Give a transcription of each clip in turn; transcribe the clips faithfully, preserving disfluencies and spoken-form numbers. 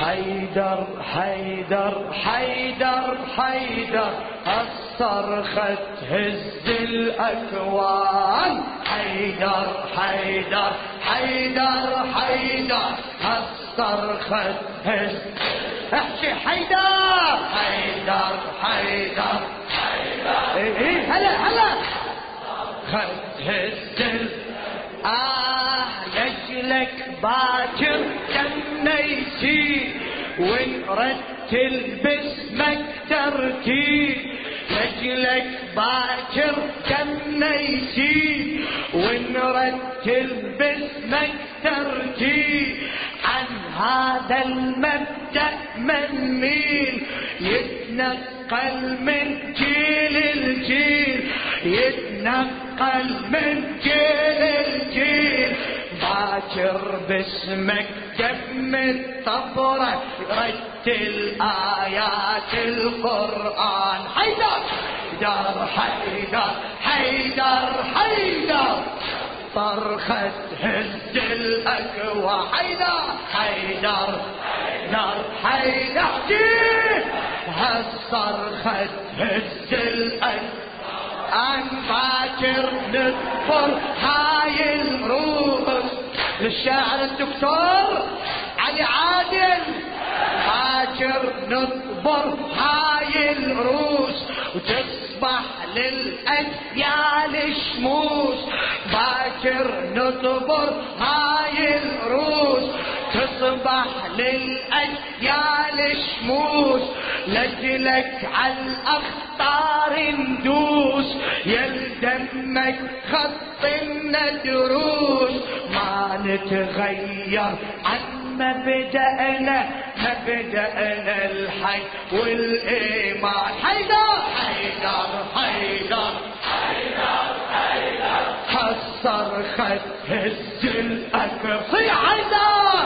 حيدر حيدر حيدر حيدر الصرخة تهز الأكوان. حيدر حيدر حيدر حيدر الصرخة تهز. احكي حيدر حيدر حيدر حيدر ايه هلا هلا تهز. آه لجلك باكر كنا يسير ونرتل باسمك ترتيب. لجلك باكر كنا يسير ونرتل باسمك ترتيب. عن هذا المبدأ من مين يتنقل من جيل الجيل، يتنقل من جيل الجيل. باكر باسمك دم الطبرة رتل آيات القرآن. حيدر حيدر حيدر حيدر حيدر صرخة هز الأكوى. حيدر حيدر حيدر حيدر هالصرخة هز الأكوى. عن باكر نذكر هاي الروس للشاعر الدكتور علي عادل. باكر نذكر هاي الروس وتصبح للأجيال شموس. باكر نذكر هاي الروس تصبح للأجيال شموس. لجلك عالأخطار ندوس يلدمك خط الندروس. ما نتغير عن مبدأنا مبدأنا الحي والإيمان. حيدر حيدر حيدر حيدر حيدر هالصرخة هز الأكوى. حيدر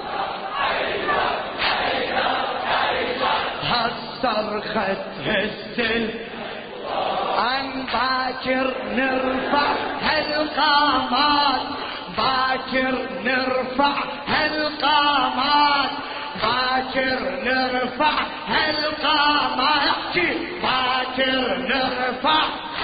هالصرخة هز. عن باكر نرفع هالقامات. باكر نرفع هالقامات. باكر نرفع هالقامات. باكر نرفع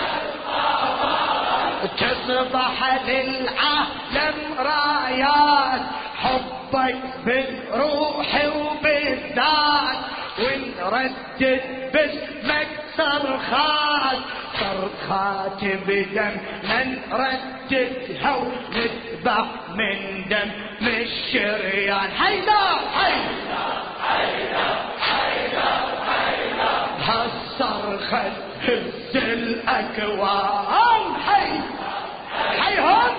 تصبح للعالم رايات. حبك بالروح وبالذات ونردد باسمك صرخات. صرخات بدم نرددها ونذبح من دم الشريان. حيدر حيدر حيدر حيدر حيدر هالصرخة هز الأكوان. حيدر حيهم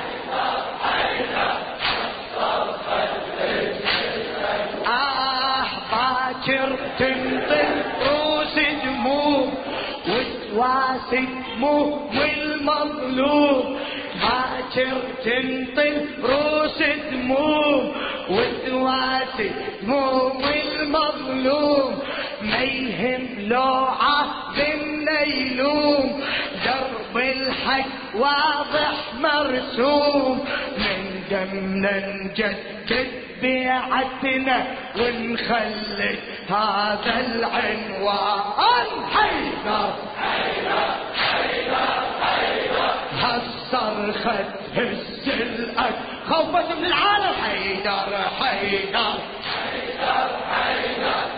آه باكر تنطر روس دموع وتواسي دموع والمظلوم. باكر تنطر روس دموع وتواسي دموع والمظلوم. ما يهم لو عاظم يلوم درب الحق واضح مرسوم. من دمنا نجدد بيعتنا ونخلي هذا العنوان. حيدر حيدر حيدر حيدر هالصرخة هز الأكوى. خوفة من العالم. حيدر حيدر حيدر حيدر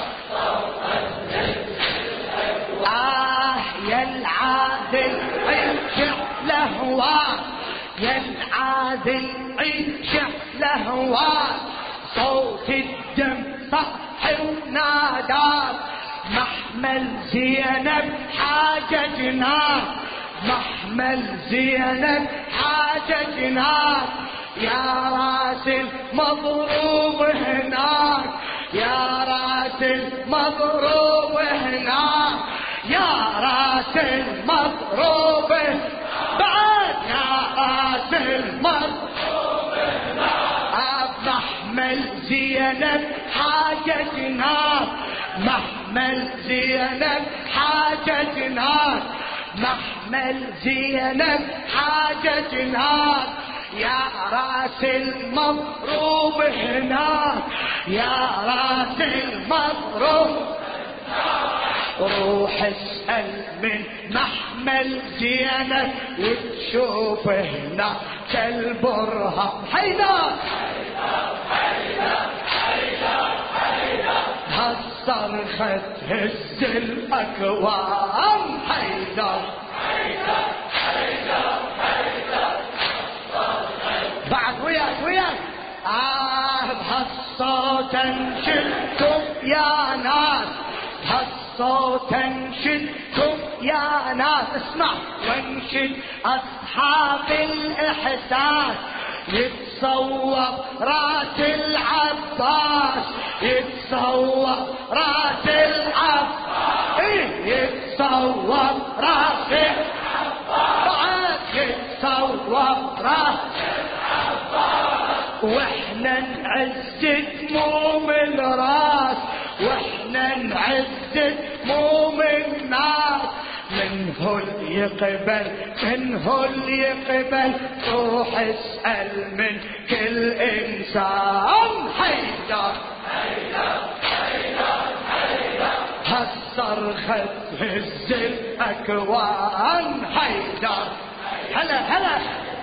آه يا العادل عيش لهوان. يا العادل عيش لهوان. صوت الدم صح وناداك. محمل زينب حاجتنا. محمل زينب حاجتنا. يا راس المضروب هناك. يا راس المضروب هناك. يا راس المضروب بعد. يا راس المضروب هناك. محمل زينب حاجتنا. محمل زينب حاجتنا. محمل زينب حاجتنا. يا راس المضروب هنا، يا راس المضروب روح اسأل من محمل زينة وتشوف هنا كالبرهة. حيدر هالصرخة تهز الأكوان. حيدر بعد وياك وياك آه بهالصوت انشدكم يا ناس، بهالصوت انشدكم يا ناس. اسمع وانشد أصحاب الإحساس، يتصور راس العباس، يتصور راس العباس، ايه يتصور راس العباس، يتصور راس العباس. واحنا نعز دموم الراس، واحنا نعز دموم الناس. منه اللي يقبل، منه اللي يقبل، روح اسأل من كل انسان. حيدر حيدر حيدر حيدر هالصرخة تهز الاكوان. حيدر هلا هلا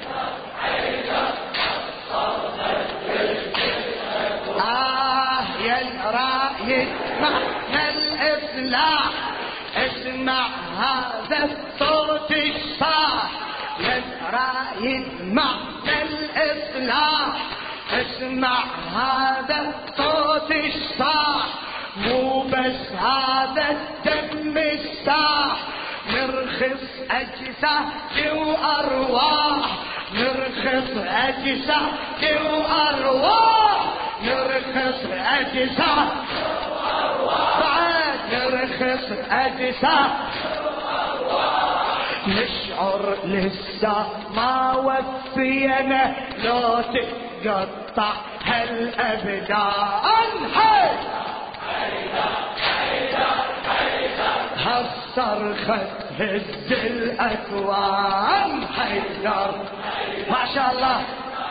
آه يا الرايد معنى الإصلاح، اسمع هذا الصوت الصاح. يا الرايد معنى الإصلاح، اسمع هذا الصوت الصاح. مو بس هذا الدم الساح، نرخص أجساد وأرواح، نرخص أجساد وأرواح، نرخص أجساد وأرواح، بعد نرخص أجساد وأرواح. نشعر لسه ما وفينا لو تقطع هالأبدان. حيدر هالصرخة تهز الأكوان. حيدر ما شاء الله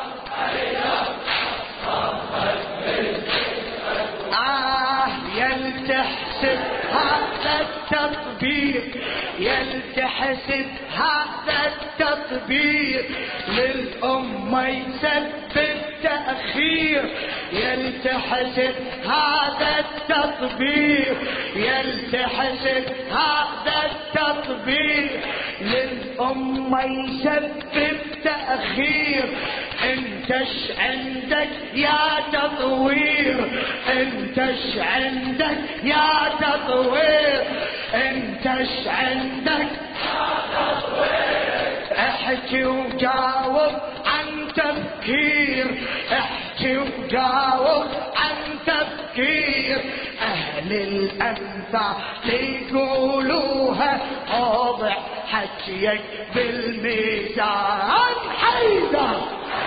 آه يلتحسب هذا التطبيق، يلتحسب هذا التطبيق للأمة يسبب تأخير. يلتحسب هذا التطبيق، يلتحسب هذا التطبيق للأمة يسبب تأخير. انتش عندك يا تطوير، انتش عندك يا تطوير، انتش عندك يا تطوير. احكي وجاوب عن تفكير، احكي وجاوب عن تفكير. اهل الامثال يقولوها اوضع حكيك بالميزان. حيدر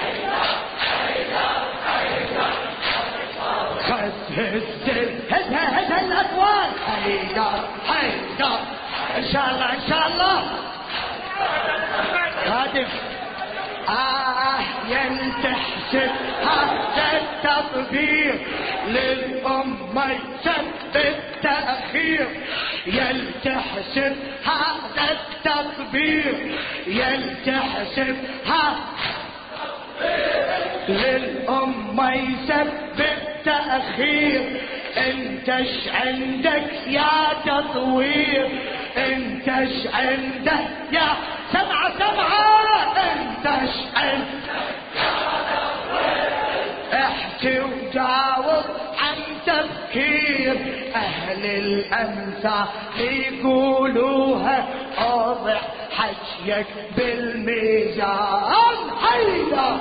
خذ السر هزها هزها الاكوان. حيدر حيدر ان شاء الله ان شاء الله خادم آه ينتحسب هذا التطبيق للأمة يسبب تأخير. يلتحسب هذا التطبيق، يلتحسب هذا للأمة يسبب تأخير. انتش عندك يا تطوير، انتش عندك يا سمعة سمعة، انتش عندك يا تطوير. احكي وجاوب عن تفكير. اهل الامثال يقولوها اوضع حجيك بالميزان. حيدر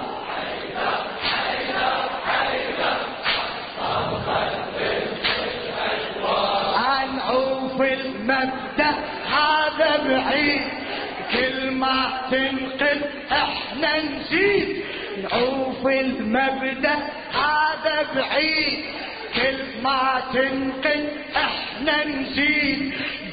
نعوف المبدأ هذا بعيد، كل ما تنقل احنا نزيد. نعوف المبدأ هذا بعيد، كل ما تنقل احنا نزيد.